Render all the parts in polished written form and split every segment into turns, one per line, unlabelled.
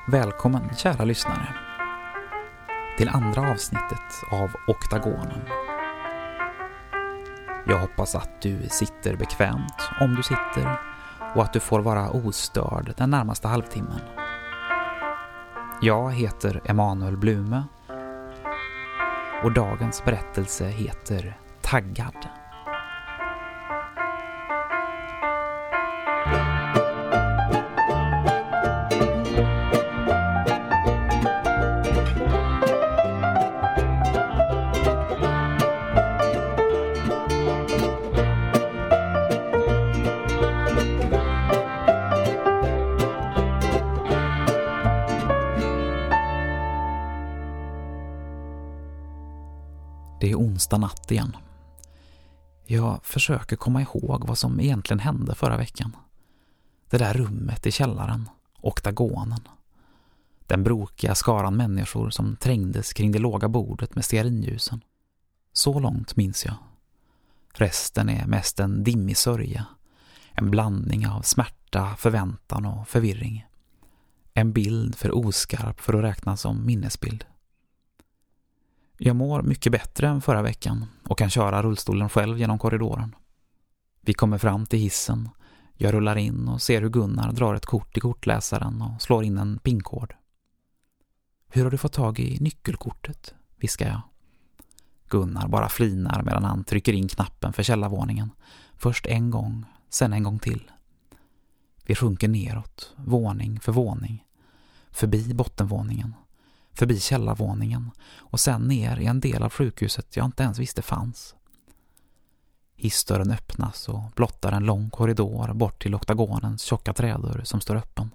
Välkommen kära lyssnare till andra avsnittet av Oktagonen. Jag hoppas att du sitter bekvämt om du sitter och att du får vara ostörd den närmaste halvtimmen. Jag heter Emanuel Blume och dagens berättelse heter Taggad. Det är onsdag natt igen. Jag försöker komma ihåg vad som egentligen hände förra veckan. Det där rummet i källaren, oktagonen. Den brokiga skaran människor som trängdes kring det låga bordet med stearinljusen. Så långt minns jag. Resten är mest en dimmig sörja. En blandning av smärta, förväntan och förvirring. En bild för oskarp för att räknas som minnesbild. Jag mår mycket bättre än förra veckan och kan köra rullstolen själv genom korridoren. Vi kommer fram till hissen. Jag rullar in och ser hur Gunnar drar ett kort i kortläsaren och slår in en pinkod. Hur har du fått tag i nyckelkortet? Viskar jag. Gunnar bara flinar medan han trycker in knappen för källarvåningen. Först en gång, sen en gång till. Vi sjunker neråt, våning för våning. Förbi bottenvåningen. Förbi källarvåningen och sen ner i en del av sjukhuset jag inte ens visste fanns. Hissdörren öppnas och blottar en lång korridor bort till oktagonens tjocka trädörr som står öppen.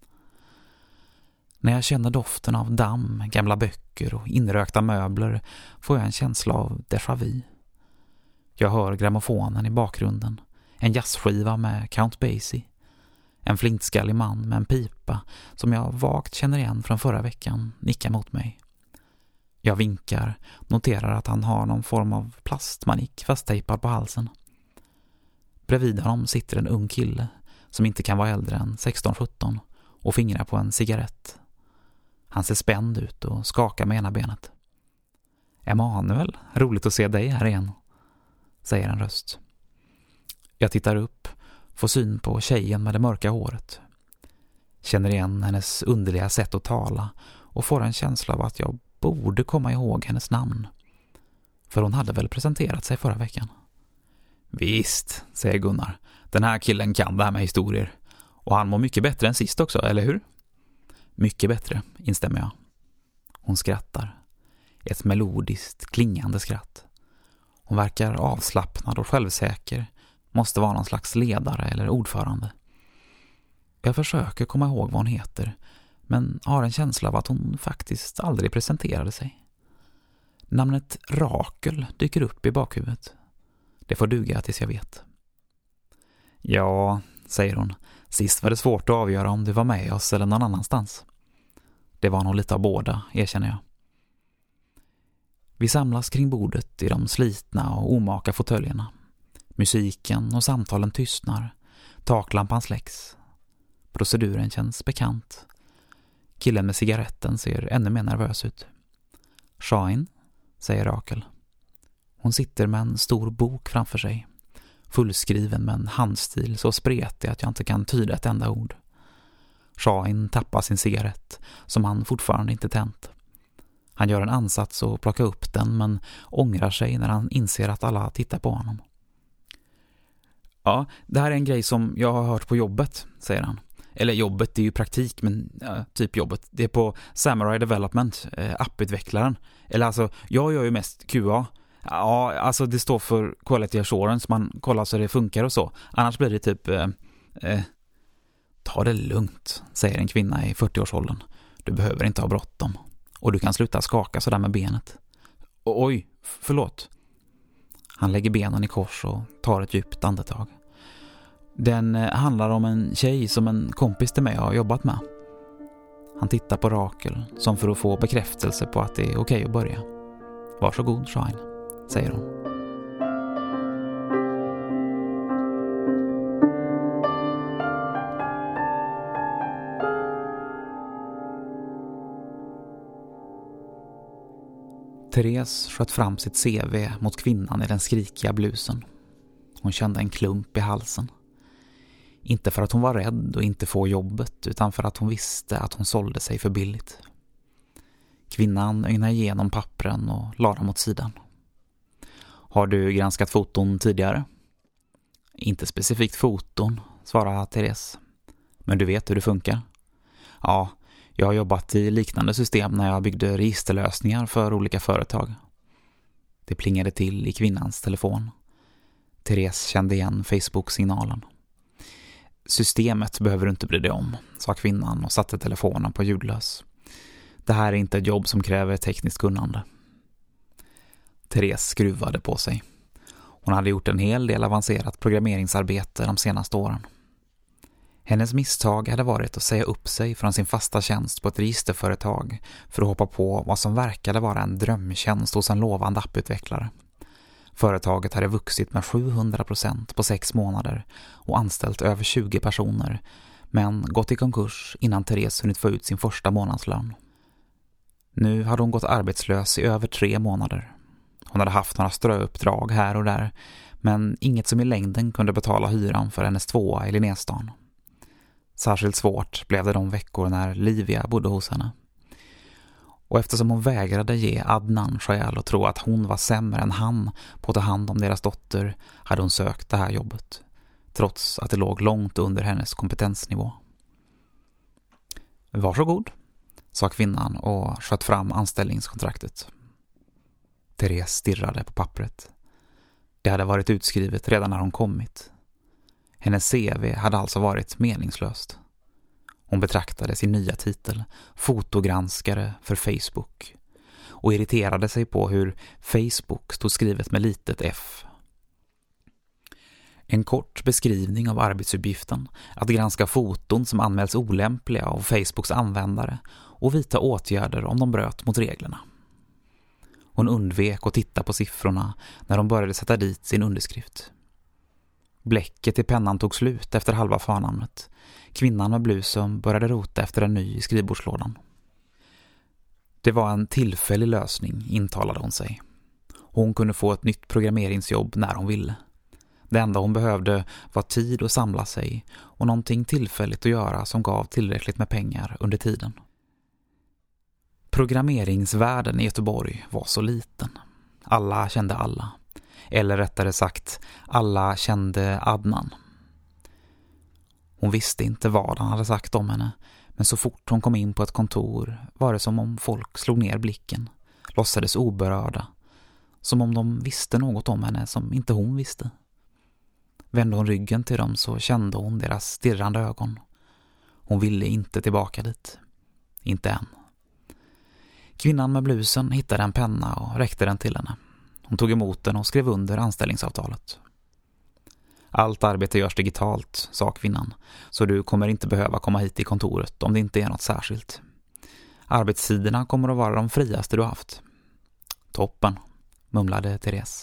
När jag känner doften av damm, gamla böcker och inrökta möbler får jag en känsla av déjà vu. Jag hör grammofonen i bakgrunden, en jazzskiva med Count Basie. En flintskallig man med en pipa som jag vagt känner igen från förra veckan nickar mot mig. Jag vinkar, noterar att han har någon form av plastmanik fasttejpad på halsen. Bredvid honom sitter en ung kille som inte kan vara äldre än 16-17 och fingrar på en cigarett. Han ser spänd ut och skakar med ena benet. Emanuel, roligt att se dig här igen, säger en röst. Jag tittar upp. Får syn på tjejen med det mörka håret. Känner igen hennes underliga sätt att tala och får en känsla av att jag borde komma ihåg hennes namn. För hon hade väl presenterat sig förra veckan. Visst, säger Gunnar. Den här killen kan det här med historier. Och han mår mycket bättre än sist också, eller hur? Mycket bättre, instämmer jag. Hon skrattar. Ett melodiskt, klingande skratt. Hon verkar avslappnad och självsäker. Måste vara någon slags ledare eller ordförande. Jag försöker komma ihåg vad hon heter, men har en känsla av att hon faktiskt aldrig presenterade sig. Namnet Rakel dyker upp i bakhuvudet. Det får duga tills jag vet. Ja, säger hon. Sist var det svårt att avgöra om du var med oss eller någon annanstans. Det var nog lite av båda, erkänner jag. Vi samlas kring bordet i de slitna och omaka fåtöljerna. Musiken och samtalen tystnar. Taklampan släcks. Proceduren känns bekant. Killen med cigaretten ser ännu mer nervös ut. Shine, säger Rakel. Hon sitter med en stor bok framför sig. Fullskriven med en handstil så spretig att jag inte kan tyda ett enda ord. Shine tappar sin cigarett som han fortfarande inte tänt. Han gör en ansats att plocka upp den men ångrar sig när han inser att alla tittar på honom. Ja, det här är en grej som jag har hört på jobbet, säger han. Eller jobbet, det är ju praktik, men typ jobbet. Det är på Samurai Development, apputvecklaren. Eller alltså, jag gör ju mest QA. Ja, alltså det står för Quality Assurance. Man kollar så det funkar och så. Annars blir det typ... Ta det lugnt, säger en kvinna i 40-årsåldern. Du behöver inte ha bråttom. Och du kan sluta skaka sådär med benet. Oj, förlåt. Han lägger benen i kors och tar ett djupt andetag. Den handlar om en tjej som en kompis till mig har jobbat med. Han tittar på Rakel som för att få bekräftelse på att det är okej att börja. Varsågod, Shine, säger hon. Therese sköt fram sitt CV mot kvinnan i den skrikiga blusen. Hon kände en klump i halsen. Inte för att hon var rädd och inte få jobbet, utan för att hon visste att hon sålde sig för billigt. Kvinnan ögnade igenom pappren och lade dem åt sidan. Har du granskat foton tidigare? Inte specifikt foton, svarade Therese. Men du vet hur det funkar? Ja, jag har jobbat i liknande system när jag byggde registerlösningar för olika företag. Det plingade till i kvinnans telefon. Therese kände igen Facebook-signalen. Systemet behöver du inte bry dig om, sa kvinnan och satte telefonen på ljudlös. Det här är inte ett jobb som kräver tekniskt kunnande. Therese skruvade på sig. Hon hade gjort en hel del avancerat programmeringsarbete de senaste åren. Hennes misstag hade varit att säga upp sig från sin fasta tjänst på ett registerföretag för att hoppa på vad som verkade vara en drömtjänst hos en lovande apputvecklare. Företaget hade vuxit med 700% på 6 månader och anställt över 20 personer, men gått i konkurs innan Therese hunnit få ut sin första månadslön. Nu hade hon gått arbetslös i över 3 månader. Hon hade haft några ströuppdrag här och där, men inget som i längden kunde betala hyran för hennes 2:a i Linnéstan. Särskilt svårt blev det de veckor när Livia bodde hos henne. Och eftersom hon vägrade ge Adnan skäl och tro att hon var sämre än han på att ta hand om deras dotter, hade hon sökt det här jobbet, trots att det låg långt under hennes kompetensnivå. Varsågod, sa kvinnan och sköt fram anställningskontraktet. Therese stirrade på pappret. Det hade varit utskrivet redan när hon kommit. Hennes CV hade alltså varit meningslöst. Hon betraktade sin nya titel, fotogranskare för Facebook, och irriterade sig på hur Facebook stod skrivet med litet f. En kort beskrivning av arbetsuppgiften, att granska foton som anmäls olämpliga av Facebooks användare och vidta åtgärder om de bröt mot reglerna. Hon undvek att titta på siffrorna när de började sätta dit sin underskrift. Bläcket i pennan tog slut efter halva förnamnet. Kvinnan med blusen började rota efter en ny i skrivbordslådan. Det var en tillfällig lösning, intalade hon sig. Hon kunde få ett nytt programmeringsjobb när hon ville. Det enda hon behövde var tid att samla sig och någonting tillfälligt att göra som gav tillräckligt med pengar under tiden. Programmeringsvärlden i Göteborg var så liten. Alla kände alla. Eller rättare sagt, alla kände Adnan. Hon visste inte vad han hade sagt om henne, men så fort hon kom in på ett kontor var det som om folk slog ner blicken, låtsades oberörda, som om de visste något om henne som inte hon visste. Vände hon ryggen till dem så kände hon deras stirrande ögon. Hon ville inte tillbaka dit. Inte än. Kvinnan med blusen hittade en penna och räckte den till henne. Hon tog emot den och skrev under anställningsavtalet. Allt arbete görs digitalt, sa kvinnan, så du kommer inte behöva komma hit i kontoret om det inte är något särskilt. Arbetstiderna kommer att vara de friaste du haft. Toppen, mumlade Therese.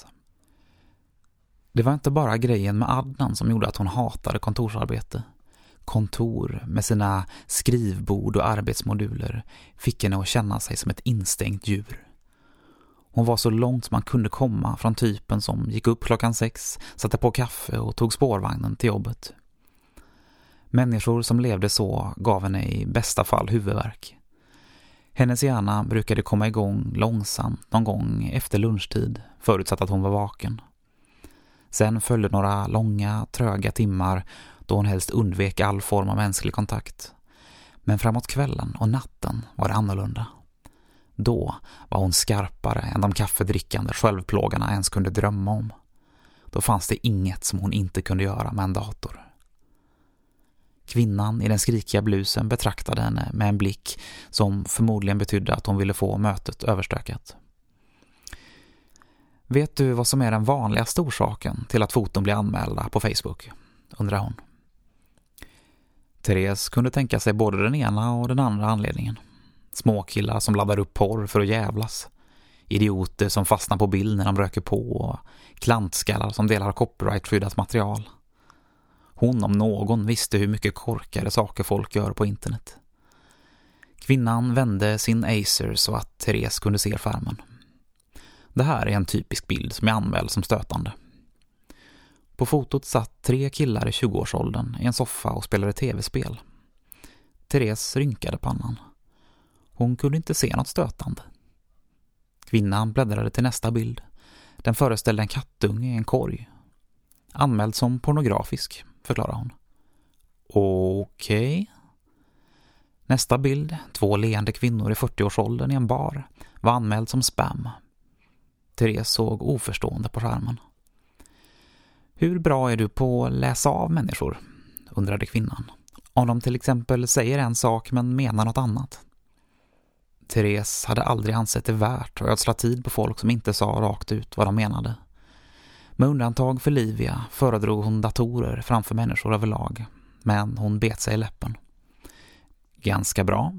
Det var inte bara grejen med Adnan som gjorde att hon hatade kontorsarbete. Kontor med sina skrivbord och arbetsmoduler fick henne att känna sig som ett instängt djur. Hon var så långt man kunde komma från typen som gick upp 6, satte på kaffe och tog spårvagnen till jobbet. Människor som levde så gav henne i bästa fall huvudvärk. Hennes hjärna brukade komma igång långsamt någon gång efter lunchtid, förutsatt att hon var vaken. Sen följde några långa, tröga timmar då hon helst undvek all form av mänsklig kontakt. Men framåt kvällen och natten var det annorlunda. Då var hon skarpare än de kaffedrickande självplågarna ens kunde drömma om. Då fanns det inget som hon inte kunde göra med en dator. Kvinnan i den skrikiga blusen betraktade henne med en blick som förmodligen betydde att hon ville få mötet överstökat. Vet du vad som är den vanligaste orsaken till att foton blir anmälda på Facebook? Undrar hon. Therese kunde tänka sig både den ena och den andra anledningen. Småkillar som laddar upp porr för att jävlas. Idioter som fastnar på bild när de röker på och klantskallar som delar copyrightskyddat material. Hon om någon visste hur mycket korkade saker folk gör på internet. Kvinnan vände sin Acer så att Therese kunde se skärmen. Det här är en typisk bild som är anmäld som stötande. På fotot satt 3 killar i 20-årsåldern i en soffa och spelade tv-spel. Therese rynkade pannan. Hon kunde inte se något stötande. Kvinnan bläddrade till nästa bild. Den föreställde en kattunge i en korg. Anmäld som pornografisk, förklarar hon. Okej. Nästa bild, 2 leende kvinnor i 40-årsåldern i en bar, var anmäld som spam. Therese såg oförstående på skärmen. Hur bra är du på att läsa av människor? Undrade kvinnan. Om de till exempel säger en sak men menar något annat. Therese hade aldrig ansett det värt att ödsla tid på folk som inte sa rakt ut vad de menade. Med undantag för Livia föredrog hon datorer framför människor överlag, men hon bet sig i läppen. Ganska bra.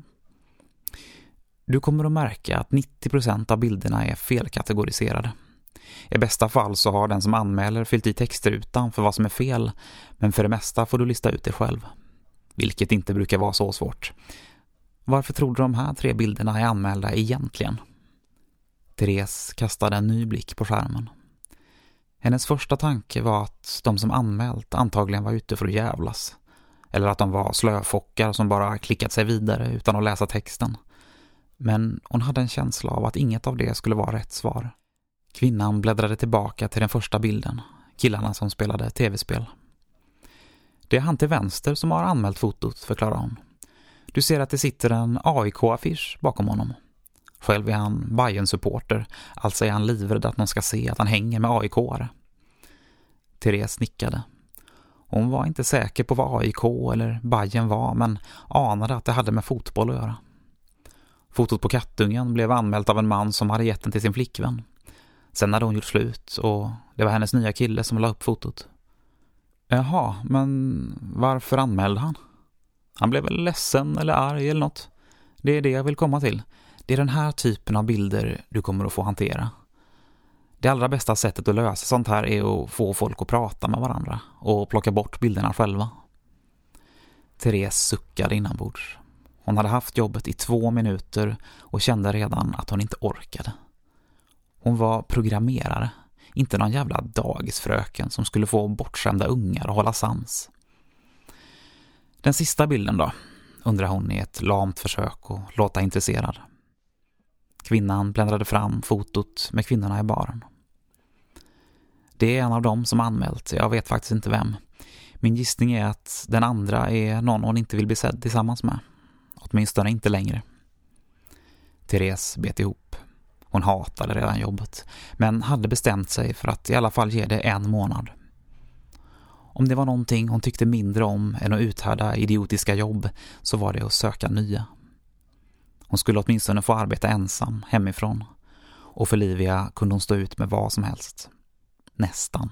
Du kommer att märka att 90% av bilderna är felkategoriserade. I bästa fall så har den som anmäler fyllt i textrutan för vad som är fel, men för det mesta får du lista ut det själv. Vilket inte brukar vara så svårt. Varför tror du de här 3 bilderna är anmälda egentligen? Therese kastade en ny blick på skärmen. Hennes första tanke var att de som anmält antagligen var ute för att jävlas. Eller att de var slöfockar som bara klickat sig vidare utan att läsa texten. Men hon hade en känsla av att inget av det skulle vara rätt svar. Kvinnan bläddrade tillbaka till den första bilden. Killarna som spelade tv-spel. Det är han till vänster som har anmält fotot, förklarar hon. Du ser att det sitter en AIK-affisch bakom honom. Själv är han Bayern-supporter, alltså är han livrädd att någon ska se att han hänger med AIK-are. Therese nickade. Hon var inte säker på vad AIK eller Bayern var, men anade att det hade med fotboll att göra. Fotot på kattungen blev anmält av en man som hade gett den till sin flickvän. Sen hade hon gjort slut och det var hennes nya kille som la upp fotot. Jaha, men varför anmälde han? Han blev väl ledsen eller arg eller något. Det är det jag vill komma till. Det är den här typen av bilder du kommer att få hantera. Det allra bästa sättet att lösa sånt här är att få folk att prata med varandra och plocka bort bilderna själva. Therese suckade inombords. Hon hade haft jobbet i 2 minuter och kände redan att hon inte orkade. Hon var programmerare, inte någon jävla dagisfröken som skulle få bortskämda ungar och hålla sans. Den sista bilden då, undrar hon i ett lamt försök att låta intresserad. Kvinnan bländrade fram fotot med kvinnorna i baren. Det är en av dem som anmält, jag vet faktiskt inte vem. Min gissning är att den andra är någon hon inte vill bli sedd tillsammans med. Åtminstone inte längre. Therese bet ihop. Hon hatade redan jobbet, men hade bestämt sig för att i alla fall ge det 1 månad. Om det var någonting hon tyckte mindre om än att uthärda idiotiska jobb så var det att söka nya. Hon skulle åtminstone få arbeta ensam hemifrån. Och för Livia kunde hon stå ut med vad som helst. Nästan.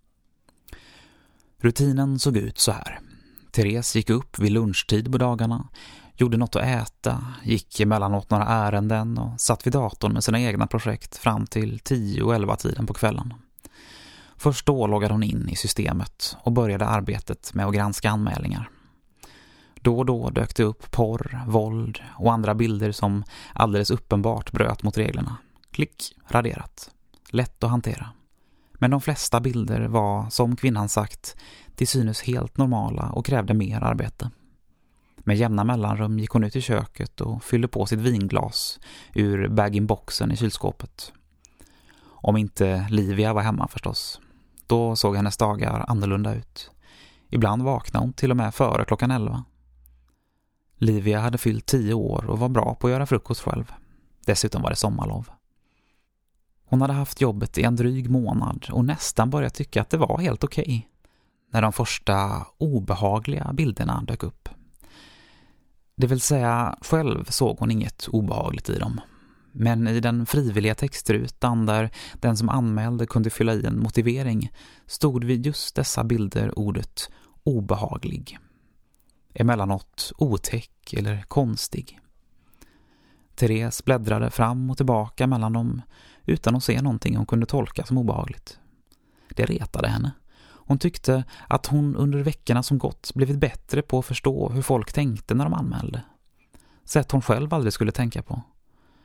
Rutinen såg ut så här. Therese gick upp vid lunchtid på dagarna, gjorde något att äta, gick emellanåt några ärenden och satt vid datorn med sina egna projekt fram till 10 och 11-tiden på kvällen. Först då loggade hon in i systemet och började arbetet med att granska anmälningar. Då och då dök det upp porr, våld och andra bilder som alldeles uppenbart bröt mot reglerna. Klick, raderat. Lätt att hantera. Men de flesta bilder var, som kvinnan sagt, till synes helt normala och krävde mer arbete. Med jämna mellanrum gick hon ut i köket och fyllde på sitt vinglas ur bag-in-boxen i kylskåpet. Om inte Livia var hemma förstås. Då såg hennes dagar annorlunda ut. Ibland vaknade hon till och med före klockan 11. Livia hade fyllt 10 år och var bra på att göra frukost själv. Dessutom var det sommarlov. Hon hade haft jobbet i en dryg månad och nästan började tycka att det var helt okej. När de första obehagliga bilderna dök upp. Det vill säga, själv såg hon inget obehagligt i dem. Men i den frivilliga textrutan där den som anmälde kunde fylla i en motivering stod vid just dessa bilder ordet obehaglig. Emellanåt otäck eller konstig. Therese bläddrade fram och tillbaka mellan dem utan att se någonting hon kunde tolka som obehagligt. Det retade henne. Hon tyckte att hon under veckorna som gått blivit bättre på att förstå hur folk tänkte när de anmälde. Sätt hon själv aldrig skulle tänka på.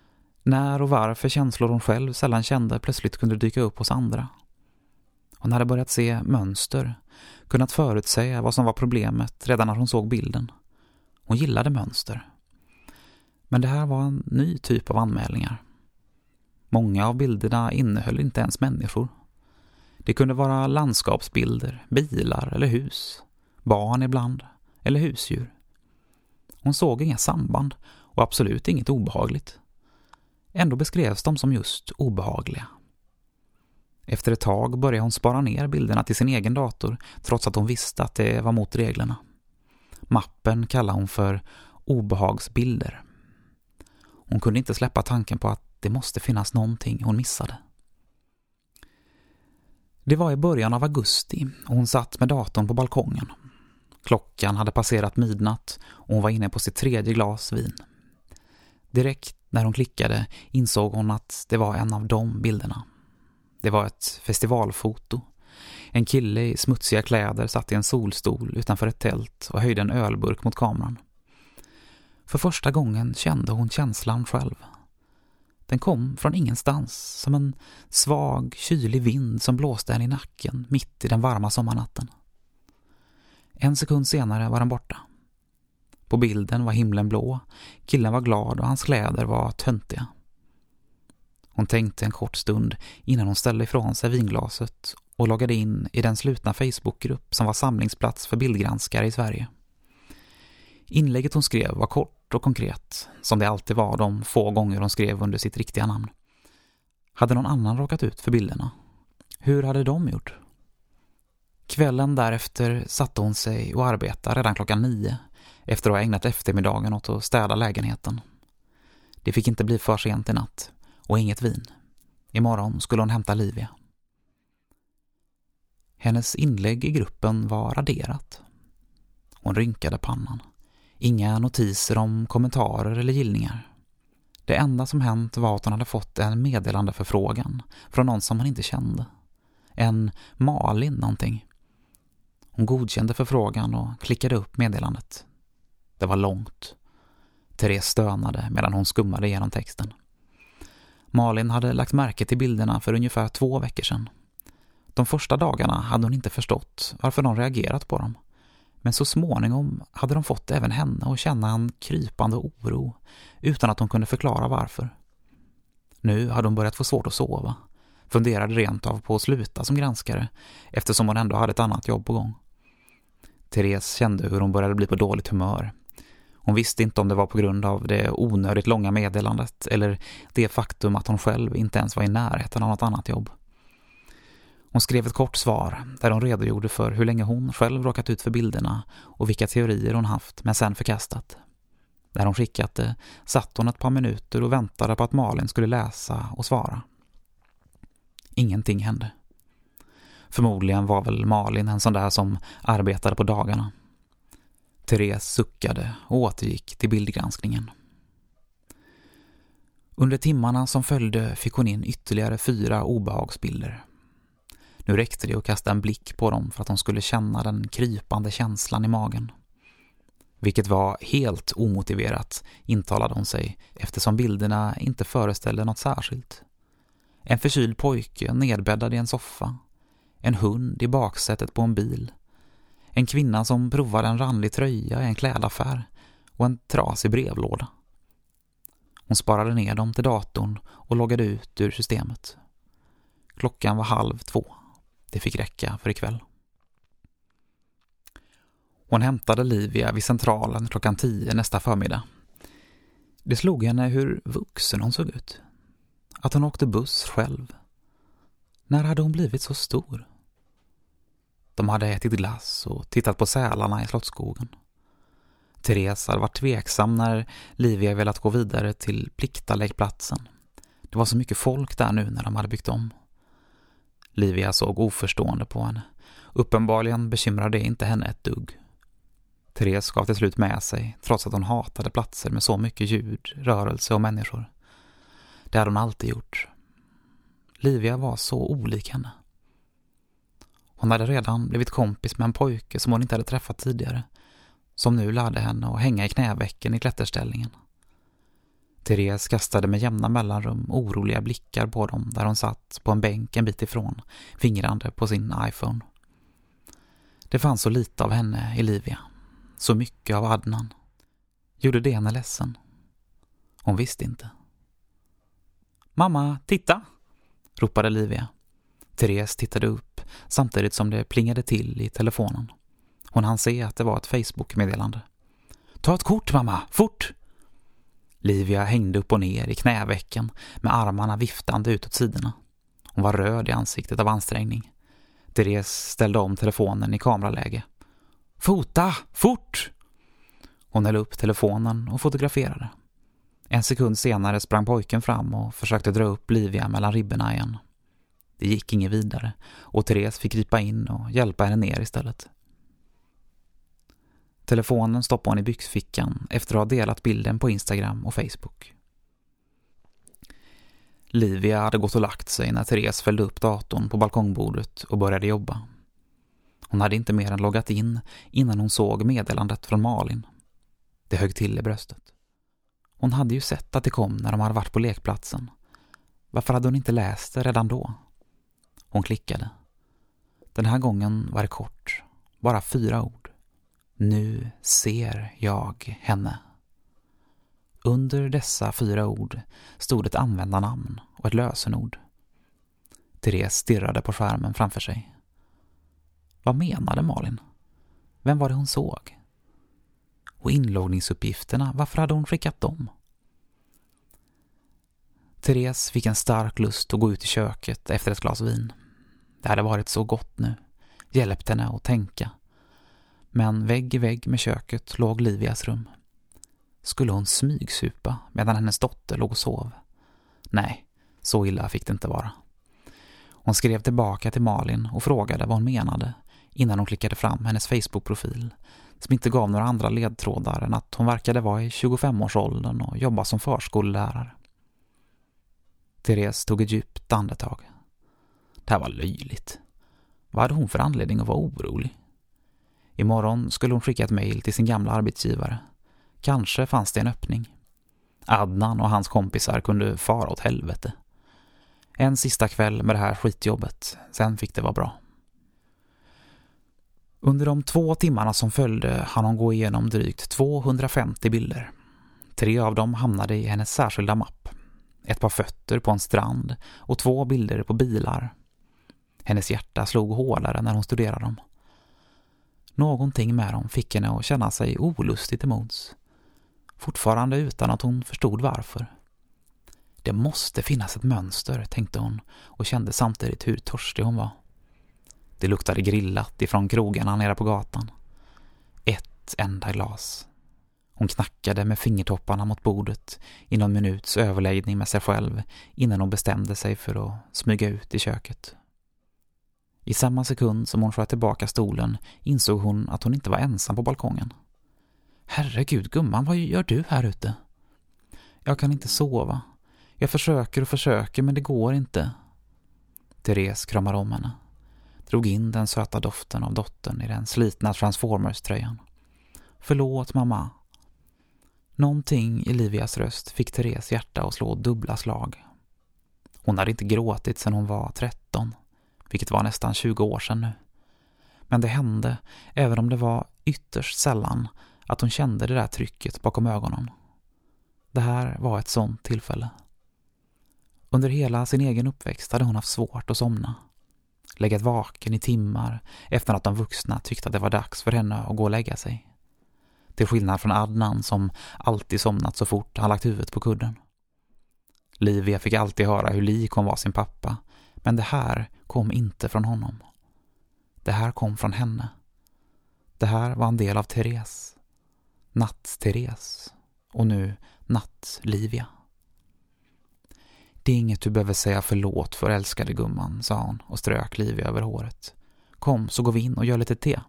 När och varför känslor hon själv sällan kände plötsligt kunde dyka upp hos andra. Hon hade börjat se mönster, kunnat förutsäga vad som var problemet redan när hon såg bilden. Hon gillade mönster. Men det här var en ny typ av anmälningar. Många av bilderna innehöll inte ens människor. Det kunde vara landskapsbilder, bilar eller hus, barn ibland eller husdjur. Hon såg inga samband och absolut inget obehagligt. Ändå beskrevs de som just obehagliga. Efter ett tag började hon spara ner bilderna till sin egen dator trots att hon visste att det var mot reglerna. Mappen kallade hon för obehagsbilder. Hon kunde inte släppa tanken på att det måste finnas någonting hon missade. Det var i början av augusti och hon satt med datorn på balkongen. Klockan hade passerat midnatt och hon var inne på sitt 3:e glas vin. Direkt när hon klickade insåg hon att det var en av de bilderna. Det var ett festivalfoto. En kille i smutsiga kläder satt i en solstol utanför ett tält och höjde en ölburk mot kameran. För första gången kände hon känslan själv. Den kom från ingenstans, som en svag, kylig vind som blåste henne i nacken mitt i den varma sommarnatten. En sekund senare var den borta. På bilden var himlen blå, killen var glad och hans kläder var töntiga. Hon tänkte en kort stund innan hon ställde ifrån sig vinglaset och loggade in i den slutna Facebookgrupp som var samlingsplats för bildgranskare i Sverige. Inlägget hon skrev var kort och konkret, som det alltid var de få gånger hon skrev under sitt riktiga namn. Hade någon annan råkat ut för bilderna? Hur hade de gjort? Kvällen därefter satte hon sig och arbetade redan 9:00 efter att ha ägnat eftermiddagen åt att städa lägenheten. Det fick inte bli för sent i natt och inget vin. Imorgon skulle hon hämta Livia. Hennes inlägg i gruppen var raderat. Hon rynkade pannan. Inga notiser om kommentarer eller gillningar. Det enda som hänt var att hon hade fått en meddelandeförfrågan från någon som hon inte kände. En Malin någonting. Hon godkände förfrågan och klickade upp meddelandet. Det var långt. Therese stönade medan hon skummade igenom texten. Malin hade lagt märke till bilderna för ungefär 2 veckor sedan. De första dagarna hade hon inte förstått varför de reagerat på dem. Men så småningom hade de fått även henne att känna en krypande oro utan att hon kunde förklara varför. Nu hade hon börjat få svårt att sova. Funderade rent av på att sluta som granskare eftersom hon ändå hade ett annat jobb på gång. Therese kände hur hon började bli på dåligt humör. Hon visste inte om det var på grund av det onödigt långa meddelandet eller det faktum att hon själv inte ens var i närheten av något annat jobb. Hon skrev ett kort svar där hon redogjorde för hur länge hon själv råkat ut för bilderna och vilka teorier hon haft men sen förkastat. När hon skickat det satt hon ett par minuter och väntade på att Malin skulle läsa och svara. Ingenting hände. Förmodligen var väl Malin en sån där som arbetade på dagarna. Therese suckade och återgick till bildgranskningen. Under timmarna som följde fick hon in ytterligare 4 obehagsbilder. Nu räckte det att kasta en blick på dem för att hon skulle känna den krypande känslan i magen. Vilket var helt omotiverat, intalade hon sig, eftersom bilderna inte föreställde något särskilt. En förkyld pojke nedbäddad i en soffa. En hund i baksätet på en bil. En kvinna som provade en randig tröja i en klädaffär och en trasig brevlåda. Hon sparade ner dem till datorn och loggade ut ur systemet. Klockan var 1:30. Det fick räcka för ikväll. Hon hämtade Livia vid centralen 10:00 nästa förmiddag. Det slog henne hur vuxen hon såg ut. Att hon åkte buss själv. När hade hon blivit så stor? De hade ätit glass och tittat på sälarna i Slottsskogen. Therese hade varit tveksam när Livia velat gå vidare till Pliktaläggplatsen. Det var så mycket folk där nu när de hade byggt om. Livia såg oförstående på henne. Uppenbarligen bekymrade det inte henne ett dugg. Therese gav till slut med sig, trots att hon hatade platser med så mycket ljud, rörelse och människor. Det hade hon alltid gjort. Livia var så olik henne. Hon hade redan blivit kompis med en pojke som hon inte hade träffat tidigare, som nu lärde henne att hänga i knävecken i klätterställningen. Therese kastade med jämna mellanrum oroliga blickar på dem där hon satt på en bänk en bit ifrån, fingrande på sin iPhone. Det fanns så lite av henne i Livia, så mycket av Adnan. Gjorde det henne ledsen? Hon visste inte. Mamma, titta! Ropade Livia. Therese tittade upp samtidigt som det plingade till i telefonen. Hon hann se att det var ett Facebook-meddelande. Ta ett kort, mamma, fort! Livia hängde upp och ner i knävecken med armarna viftande ut åt sidorna. Hon var röd i ansiktet av ansträngning. Therese ställde om telefonen i kameraläge. Fota, fort! Hon höll upp telefonen och fotograferade. En sekund senare sprang pojken fram och försökte dra upp Livia mellan ribborna igen. Det gick inget vidare och Therese fick gripa in och hjälpa henne ner istället. Telefonen stoppade hon i byxfickan efter att ha delat bilden på Instagram och Facebook. Livia hade gått och lagt sig när Therese fällde upp datorn på balkongbordet och började jobba. Hon hade inte mer än loggat in innan hon såg meddelandet från Malin. Det högg till i bröstet. Hon hade ju sett att det kom när de hade varit på lekplatsen. Varför hade hon inte läst det redan då? Hon klickade. Den här gången var det kort. Bara 4 ord. Nu ser jag henne. Under dessa 4 ord stod ett användarnamn och ett lösenord. Therese stirrade på skärmen framför sig. Vad menade Malin? Vem var det hon såg? Och inloggningsuppgifterna, varför hade hon skickat dem? Therese fick en stark lust att gå ut i köket efter ett glas vin. Det hade varit så gott nu. Hjälpte henne att tänka. Men vägg i vägg med köket låg Livias rum. Skulle hon smygsupa medan hennes dotter låg och sov? Nej, så illa fick det inte vara. Hon skrev tillbaka till Malin och frågade vad hon menade innan hon klickade fram hennes Facebook-profil som inte gav några andra ledtrådar än att hon verkade vara i 25-årsåldern och jobba som förskollärare. Therese tog ett djupt andetag. Det här var löjligt. Vad hade hon för anledning att vara orolig? Imorgon skulle hon skicka ett mejl till sin gamla arbetsgivare. Kanske fanns det en öppning. Adnan och hans kompisar kunde fara åt helvete. En sista kväll med det här skitjobbet. Sen fick det vara bra. Under de 2 timmarna som följde hann hon gå igenom drygt 250 bilder. 3 av dem hamnade i hennes särskilda mapp. Ett par fötter på en strand och 2 bilder på bilar. Hennes hjärta slog hårdare när hon studerade dem. Någonting med dem fick henne att känna sig olustigt emots. Fortfarande utan att hon förstod varför. Det måste finnas ett mönster, tänkte hon och kände samtidigt hur törstig hon var. Det luktade grillat ifrån krogarna nere på gatan. Ett enda glas. Hon knackade med fingertopparna mot bordet i någon minuts överläggning med sig själv innan hon bestämde sig för att smyga ut i köket. I samma sekund som hon sköt tillbaka stolen insåg hon att hon inte var ensam på balkongen. Herregud gumman, vad gör du här ute? Jag kan inte sova. Jag försöker men det går inte. Therese kramar om henne. Drog in den söta doften av dottern i den slitna Transformers-tröjan. Förlåt mamma. Någonting i Livias röst fick Therese hjärta att slå dubbla slag. Hon hade inte gråtit sedan hon var 13, vilket var nästan 20 år sedan nu. Men det hände, även om det var ytterst sällan, att hon kände det där trycket bakom ögonen. Det här var ett sånt tillfälle. Under hela sin egen uppväxt hade hon haft svårt att somna. Legat vaken i timmar efter att de vuxna tyckte att det var dags för henne att gå och lägga sig. Till skillnad från Adnan som alltid somnat så fort han lagt huvudet på kudden. Livia fick alltid höra hur lik hon var sin pappa, men det här kom inte från honom. Det här kom från henne. Det här var en del av Therese. Natt-Therese. Och nu Natt-Livia. Det är inget du behöver säga förlåt för, älskade gumman, sa hon och strök Livia över håret. Kom så går vi in och gör lite te.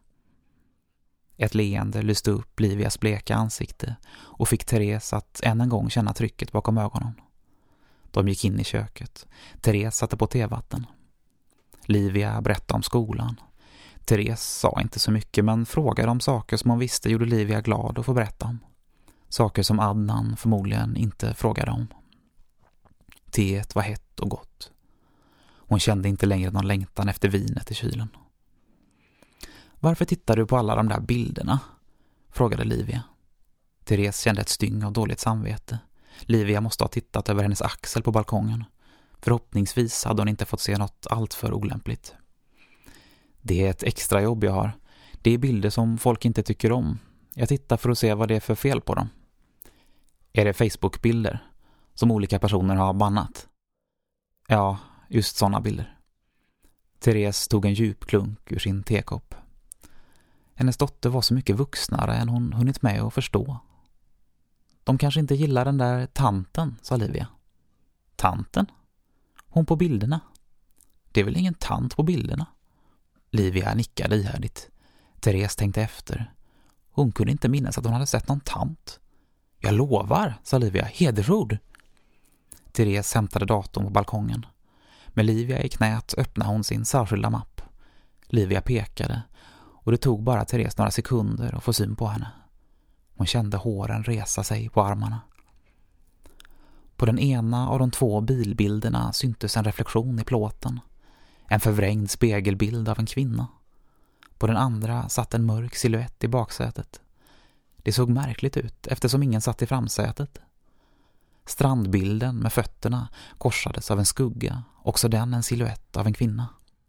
Ett leende lyste upp Livias bleka ansikte och fick Therese att än en gång känna trycket bakom ögonen. De gick in i köket. Therese satte på tevatten. Livia berättade om skolan. Therese sa inte så mycket men frågade om saker som hon visste gjorde Livia glad att få berätta om. Saker som Adnan förmodligen inte frågade om. Teet var hett och gott. Hon kände inte längre någon längtan efter vinet i kylen. Varför tittar du på alla de där bilderna? Frågade Livia. Therese kände ett styng av dåligt samvete. Livia måste ha tittat över hennes axel på balkongen. Förhoppningsvis hade hon inte fått se något allt för olämpligt. Det är ett extra jobb jag har. Det är bilder som folk inte tycker om. Jag tittar för att se vad det är för fel på dem. Är det Facebook-bilder som olika personer har bannat? Ja, just sådana bilder. Therese tog en djup klunk ur sin tekopp. Hennes dotter var så mycket vuxnare än hon hunnit med att förstå. De kanske inte gillar den där tanten, sa Livia. Tanten? Hon på bilderna. Det är väl ingen tant på bilderna? Livia nickade ihärdigt. Therese tänkte efter. Hon kunde inte minnas att hon hade sett någon tant. Jag lovar, sa Livia. Hedersord. Therese hämtade datorn på balkongen. Med Livia i knät öppnade hon sin särskilda mapp. Livia pekade och det tog bara Therese några sekunder att få syn på henne. Hon kände håren resa sig på armarna. På den ena av de 2 bilbilderna syntes en reflektion i plåten. En förvrängd spegelbild av en kvinna. På den andra satt en mörk silhuett i baksätet. Det såg märkligt ut eftersom ingen satt i framsätet. Strandbilden med fötterna korsades av en skugga, också den en silhuett av en kvinna.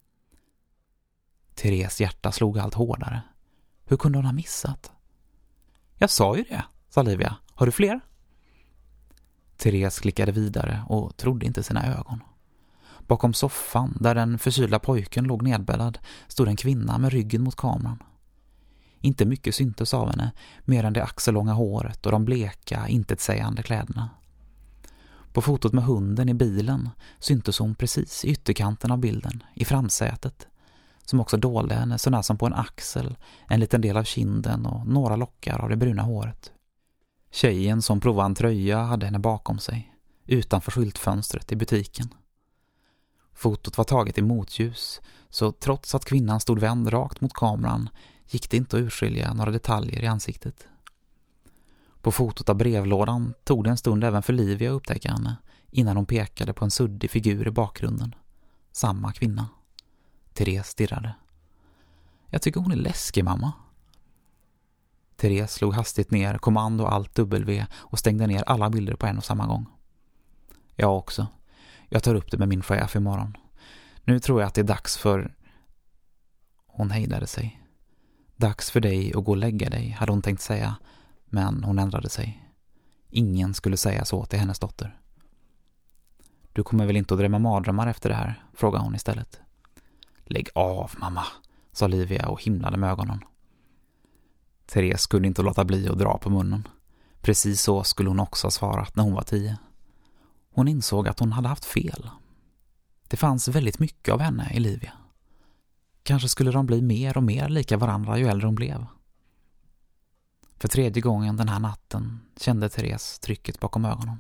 Therese hjärta slog allt hårdare. Hur kunde hon ha missat? Jag sa ju det, sa Livia. Har du fler? Therese klickade vidare och trodde inte sina ögon. Bakom soffan, där den förkylda pojken låg nedbäddad, stod en kvinna med ryggen mot kameran. Inte mycket syntes av henne, mer än det axellånga håret och de bleka, intetsägande kläderna. På fotot med hunden i bilen syntes hon precis i ytterkanten av bilden, i framsätet, som också dolde henne sånär som på en axel, en liten del av kinden och några lockar av det bruna håret. Tjejen som provade en tröja hade henne bakom sig, utanför skyltfönstret i butiken. Fotot var taget i motljus, så trots att kvinnan stod vänd rakt mot kameran gick det inte att urskilja några detaljer i ansiktet. På fotot av brevlådan tog det en stund även för Livia att upptäcka henne, innan hon pekade på en suddig figur i bakgrunden. Samma kvinna. Therese stirrade. Jag tycker hon är läskig, mamma. Therese slog hastigt ner kommando alt W och stängde ner alla bilder på en och samma gång. Jag också. Jag tar upp det med min chef imorgon. Nu tror jag att det är dags för... Hon hejdade sig. Dags för dig att gå och lägga dig, hade hon tänkt säga. Men hon ändrade sig. Ingen skulle säga så till hennes dotter. Du kommer väl inte att drömma mardrömmar efter det här, frågade hon istället. Lägg av, mamma, sa Livia och himlade med ögonen. Therese kunde inte låta bli att dra på munnen. Precis så skulle hon också ha svarat när hon var 10. Hon insåg att hon hade haft fel. Det fanns väldigt mycket av henne i Livia. Kanske skulle de bli mer och mer lika varandra ju äldre hon blev. För 3:e gången den här natten kände Therese trycket bakom ögonen.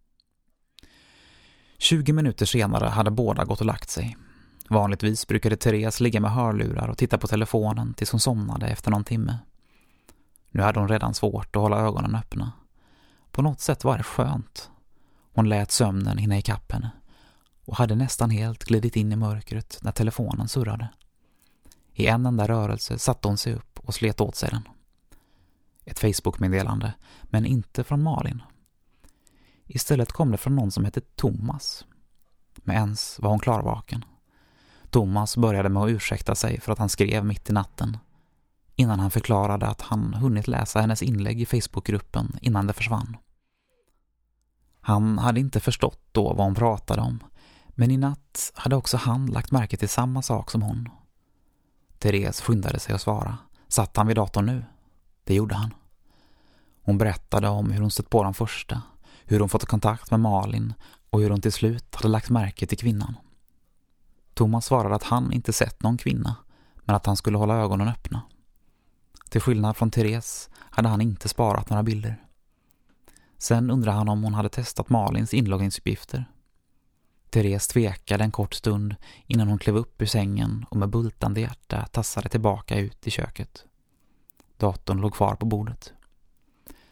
20 minuter senare hade båda gått och lagt sig. Vanligtvis brukade Therese ligga med hörlurar och titta på telefonen tills hon somnade efter någon timme. Nu hade hon redan svårt att hålla ögonen öppna. På något sätt var det skönt. Hon lät sömnen hinna ikapp henne och hade nästan helt glidit in i mörkret när telefonen surrade. I en enda rörelse satte hon sig upp och slet åt sig den. Ett Facebook-meddelande, men inte från Malin. Istället kom det från någon som hette Thomas. Med ens var hon klarvaken. Thomas började med att ursäkta sig för att han skrev mitt i natten, innan han förklarade att han hunnit läsa hennes inlägg i Facebookgruppen innan det försvann. Han hade inte förstått då vad hon pratade om, men i natt hade också han lagt märke till samma sak som hon. Therese skyndade sig att svara. Satt han vid datorn nu? Det gjorde han. Hon berättade om hur hon stött på den första, hur hon fått kontakt med Malin och hur hon till slut hade lagt märke till kvinnan. Thomas svarade att han inte sett någon kvinna, men att han skulle hålla ögonen öppna. Till skillnad från Therese hade han inte sparat några bilder. Sen undrade han om hon hade testat Malins inloggningsuppgifter. Therese tvekade en kort stund innan hon klev upp ur sängen och med bultande hjärta tassade tillbaka ut i köket. Datorn låg kvar på bordet.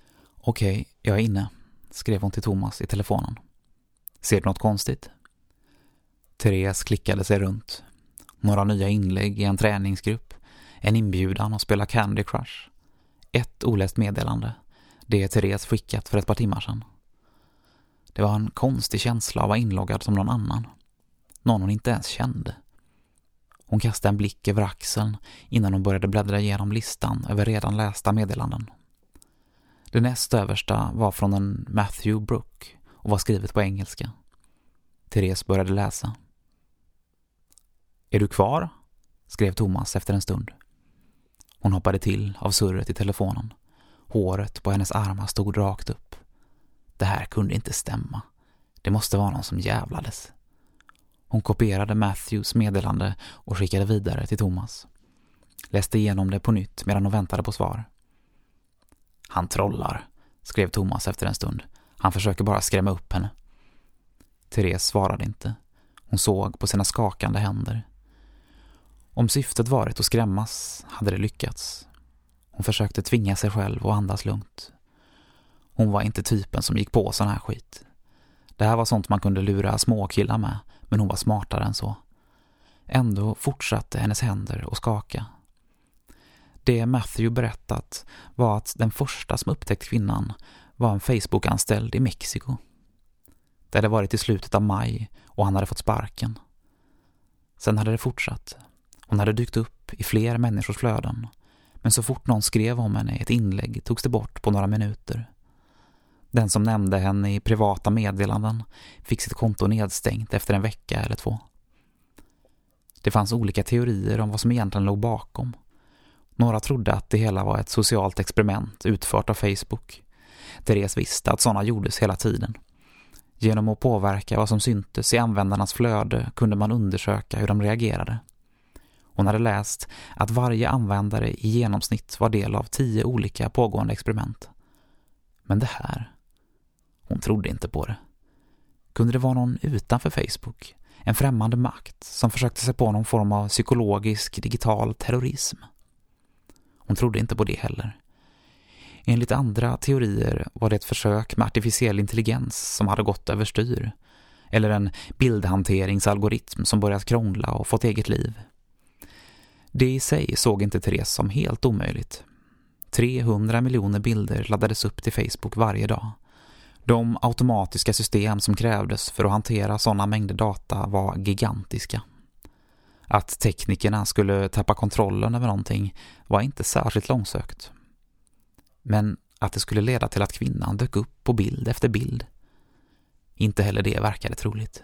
Okej, jag är inne, skrev hon till Thomas i telefonen. Ser du något konstigt? Therese klickade sig runt. Några nya inlägg i en träningsgrupp. En inbjudan att spela Candy Crush. Ett oläst meddelande. Det Therese skickat för ett par timmar sedan. Det var en konstig känsla av att vara inloggad som någon annan. Någon hon inte ens kände. Hon kastade en blick över axeln innan hon började bläddra igenom listan över redan lästa meddelanden. Det näst översta var från en Matthew Brook och var skrivet på engelska. Therese började läsa. Är du kvar? Skrev Thomas efter en stund. Hon hoppade till av surret i telefonen. Håret på hennes armar stod rakt upp. Det här kunde inte stämma. Det måste vara någon som jävlades. Hon kopierade Matthews meddelande och skickade vidare till Thomas. Läste igenom det på nytt medan hon väntade på svar. Han trollar, skrev Thomas efter en stund. Han försöker bara skrämma upp henne. Therese svarade inte. Hon såg på sina skakande händer. Om syftet varit att skrämmas hade det lyckats. Hon försökte tvinga sig själv och andas lugnt. Hon var inte typen som gick på sån här skit. Det här var sånt man kunde lura småkillar med, men hon var smartare än så. Ändå fortsatte hennes händer att skaka. Det Matthew berättat var att den första som upptäckt kvinnan var en Facebook-anställd i Mexiko. Det hade varit i slutet av maj och han hade fått sparken. Sen hade det fortsatt. Hon hade dykt upp i fler människors flöden. Men så fort någon skrev om henne i ett inlägg togs det bort på några minuter. Den som nämnde henne i privata meddelanden fick sitt konto nedstängt efter en vecka eller 2. Det fanns olika teorier om vad som egentligen låg bakom. Några trodde att det hela var ett socialt experiment utfört av Facebook. Therese visste att sådana gjordes hela tiden. Genom att påverka vad som syntes i användarnas flöde kunde man undersöka hur de reagerade. Hon hade läst att varje användare i genomsnitt var del av 10 olika pågående experiment. Men det här... Hon trodde inte på det. Kunde det vara någon utanför Facebook? En främmande makt som försökte sig på någon form av psykologisk digital terrorism? Hon trodde inte på det heller. Enligt andra teorier var det ett försök med artificiell intelligens som hade gått överstyr. Eller en bildhanteringsalgoritm som börjat krångla och fått eget liv. Det i sig såg inte Therese som helt omöjligt. 300 miljoner bilder laddades upp till Facebook varje dag. De automatiska system som krävdes för att hantera sådana mängder data var gigantiska. Att teknikerna skulle tappa kontrollen över någonting var inte särskilt långsökt. Men att det skulle leda till att kvinnan dök upp på bild efter bild. Inte heller det verkade troligt.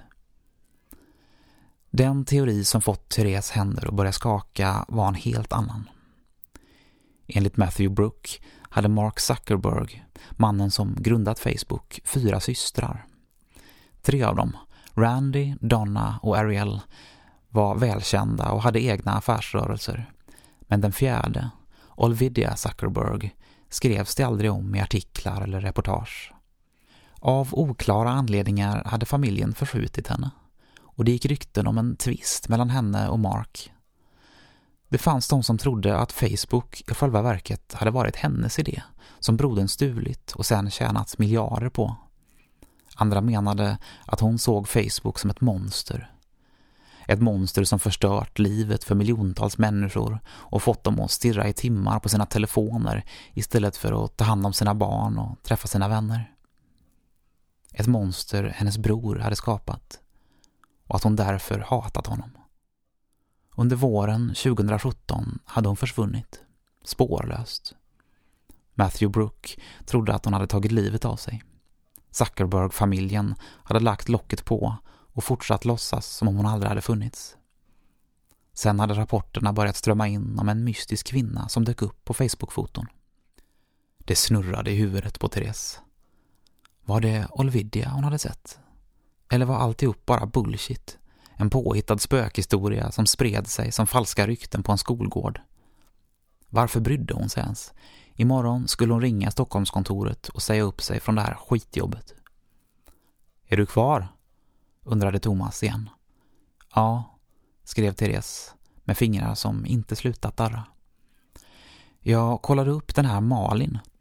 Den teori som fått Therese händer att börja skaka var en helt annan. Enligt Matthew Brook hade Mark Zuckerberg, mannen som grundat Facebook, 4 systrar. 3 av dem, Randy, Donna och Ariel, var välkända och hade egna affärsrörelser. Men den 4, Olvidia Zuckerberg, skrevs det aldrig om i artiklar eller reportage. Av oklara anledningar hade familjen förskjutit henne. Och det gick rykten om en tvist mellan henne och Mark. Det fanns de som trodde att Facebook i själva verket hade varit hennes idé, som brodern stulit och sen tjänat miljarder på. Andra menade att hon såg Facebook som ett monster. Ett monster som förstört livet för miljontals människor och fått dem att stirra i timmar på sina telefoner istället för att ta hand om sina barn och träffa sina vänner. Ett monster hennes bror hade skapat. Och att hon därför hatat honom. Under våren 2017 hade hon försvunnit, spårlöst. Matthew Brook trodde att hon hade tagit livet av sig. Zuckerberg-familjen hade lagt locket på och fortsatt låtsas som om hon aldrig hade funnits. Sen hade rapporterna börjat strömma in om en mystisk kvinna som dök upp på Facebook-foton. Det snurrade i huvudet på Therese. Var det Olvidia hon hade sett? Eller var alltihop bara bullshit? En påhittad spökhistoria som spred sig som falska rykten på en skolgård. Varför brydde hon sig ens? Imorgon skulle hon ringa Stockholmskontoret och säga upp sig från det här skitjobbet. Är du kvar? Undrade Thomas igen. Ja, skrev Therese med fingrar som inte slutat darra. Jag kollade upp den här Malin.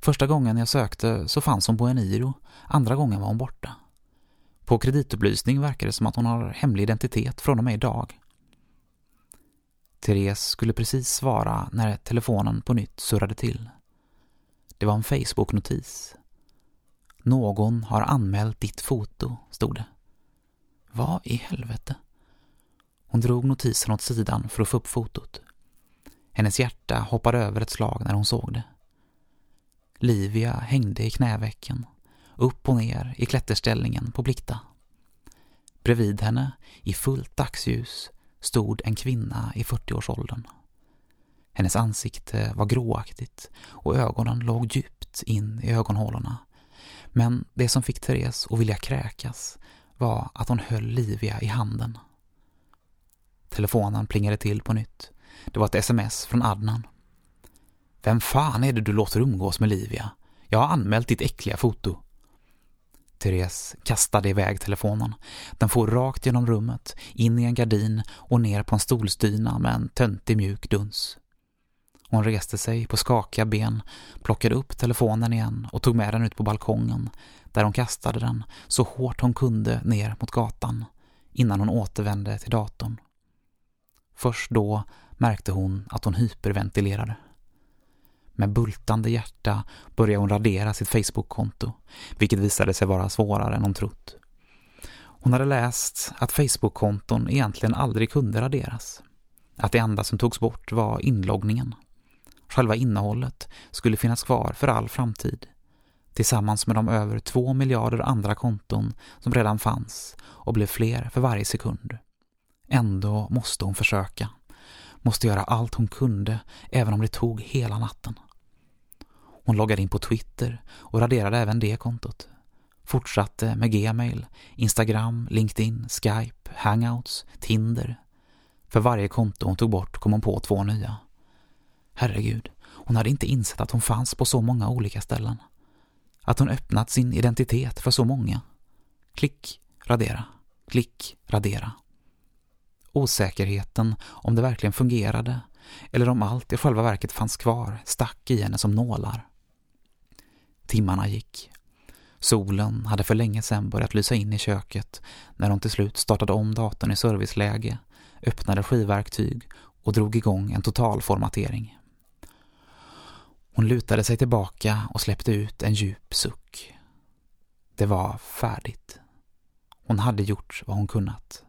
Första gången jag sökte så fanns hon på Eniro, andra gången var hon borta. På kreditupplysning verkar det som att hon har hemlig identitet från och med idag. Therese skulle precis svara när telefonen på nytt surrade till. Det var en Facebook-notis. Någon har anmält ditt foto, stod det. Vad i helvete? Hon drog notisen åt sidan för att få upp fotot. Hennes hjärta hoppade över ett slag när hon såg det. Livia hängde i knävecken, upp och ner i klätterställningen på Plikta. Bredvid henne, i fullt dagsljus, stod en kvinna i 40-årsåldern. Hennes ansikte var gråaktigt och ögonen låg djupt in i ögonhålorna. Men det som fick Therese att vilja kräkas var att hon höll Livia i handen. Telefonen plingade till på nytt. Det var ett sms från Adnan. Vem fan är det du låter umgås med, Livia? Jag har anmält ditt äckliga foto. Therese kastade iväg telefonen. Den for rakt genom rummet, in i en gardin och ner på en stolsdyna med en töntig mjuk duns. Hon reste sig på skakiga ben, plockade upp telefonen igen och tog med den ut på balkongen, där hon kastade den så hårt hon kunde ner mot gatan innan hon återvände till datorn. Först då märkte hon att hon hyperventilerade. Med bultande hjärta började hon radera sitt Facebook-konto, vilket visade sig vara svårare än hon trott. Hon hade läst att Facebook-konton egentligen aldrig kunde raderas. Att det enda som togs bort var inloggningen. Själva innehållet skulle finnas kvar för all framtid, tillsammans med de över 2 miljarder andra konton som redan fanns och blev fler för varje sekund. Ändå måste hon försöka. Måste göra allt hon kunde, även om det tog hela natten. Hon loggade in på Twitter och raderade även det kontot. Fortsatte med Gmail, Instagram, LinkedIn, Skype, Hangouts, Tinder. För varje konto hon tog bort kom hon på 2 nya. Herregud, hon hade inte insett att hon fanns på så många olika ställen. Att hon öppnat sin identitet för så många. Klick, radera. Klick, radera. Osäkerheten om det verkligen fungerade eller om allt i själva verket fanns kvar stack i henne som nålar. Timmarna gick. Solen hade för länge sedan börjat lysa in i köket när hon till slut startade om datorn i serviceläge, öppnade skivverktyg och drog igång en totalformatering. Hon lutade sig tillbaka och släppte ut en djup suck. Det var färdigt. Hon hade gjort vad hon kunnat.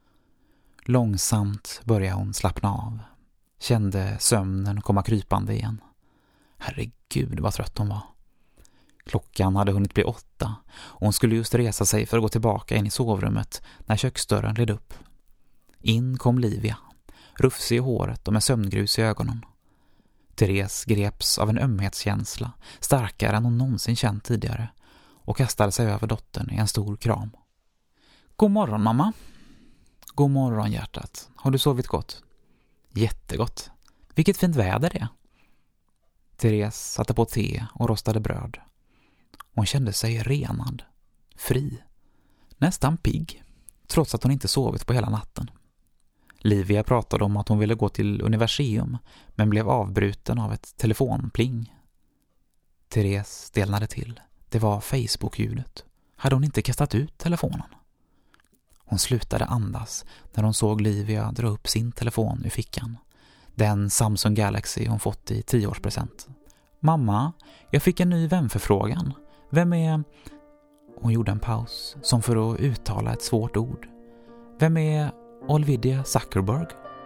Långsamt började hon slappna av. Kände sömnen komma krypande igen. Herregud vad trött hon var. Klockan hade hunnit bli 8 och hon skulle just resa sig för att gå tillbaka in i sovrummet när köksdörren led upp. In kom Livia, rufsig i håret och med sömngrus i ögonen. Therese greps av en ömhetskänsla, starkare än hon någonsin känt tidigare, och kastade sig över dottern i en stor kram. God morgon, mamma. God morgon, hjärtat. Har du sovit gott? Jättegott. Vilket fint väder det är. Therese satte på te och rostade bröd. Hon kände sig renad, fri, nästan pigg, trots att hon inte sovit på hela natten. Livia pratade om att hon ville gå till Universium, men blev avbruten av ett telefonpling. Therese stelnade till. Det var Facebook-ljudet. Hade hon inte kastat ut telefonen? Hon slutade andas när hon såg Livia dra upp sin telefon ur fickan. Den Samsung Galaxy hon fått i 10-årspresent. Mamma, jag fick en ny vänförfrågan. Vem är... Hon gjorde en paus, som för att uttala ett svårt ord. Vem är Olivia Zuckerberg?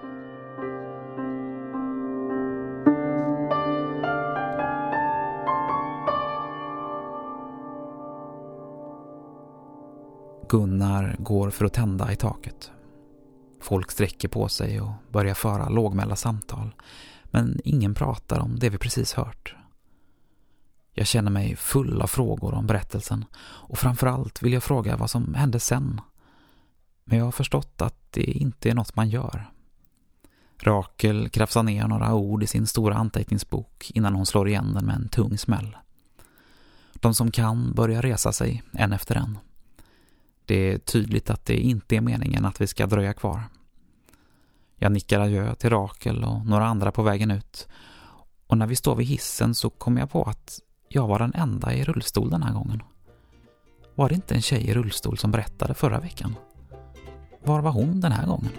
Gunnar går för att tända i taket. Folk sträcker på sig och börjar föra lågmälda samtal, men ingen pratar om det vi precis hört. Jag känner mig full av frågor om berättelsen och framförallt vill jag fråga vad som hände sen. Men jag har förstått att det inte är något man gör. Rakel krafsar ner några ord i sin stora anteckningsbok innan hon slår igen den med en tung smäll. De som kan börjar resa sig en efter en. Det är tydligt att det inte är meningen att vi ska dröja kvar. Jag nickar adjö till Rakel och några andra på vägen ut. Och när vi står vid hissen så kommer jag på att jag var den enda i rullstol den här gången. Var det inte en tjej i rullstol som berättade förra veckan? Var var hon den här gången?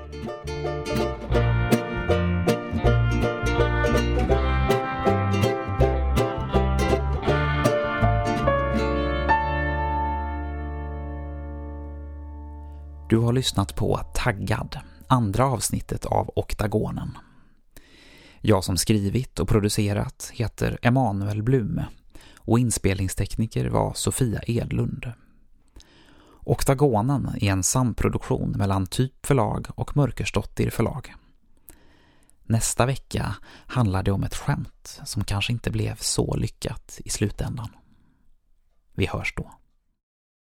Du har lyssnat på Taggad, andra avsnittet av Oktagonen. Jag som skrivit och producerat heter Emanuel Blume och inspelningstekniker var Sofia Edlund. Oktagonen är en samproduktion mellan Typ förlag och Mörkersdottir förlag. Nästa vecka handlar det om ett skämt som kanske inte blev så lyckat i slutändan. Vi hörs då.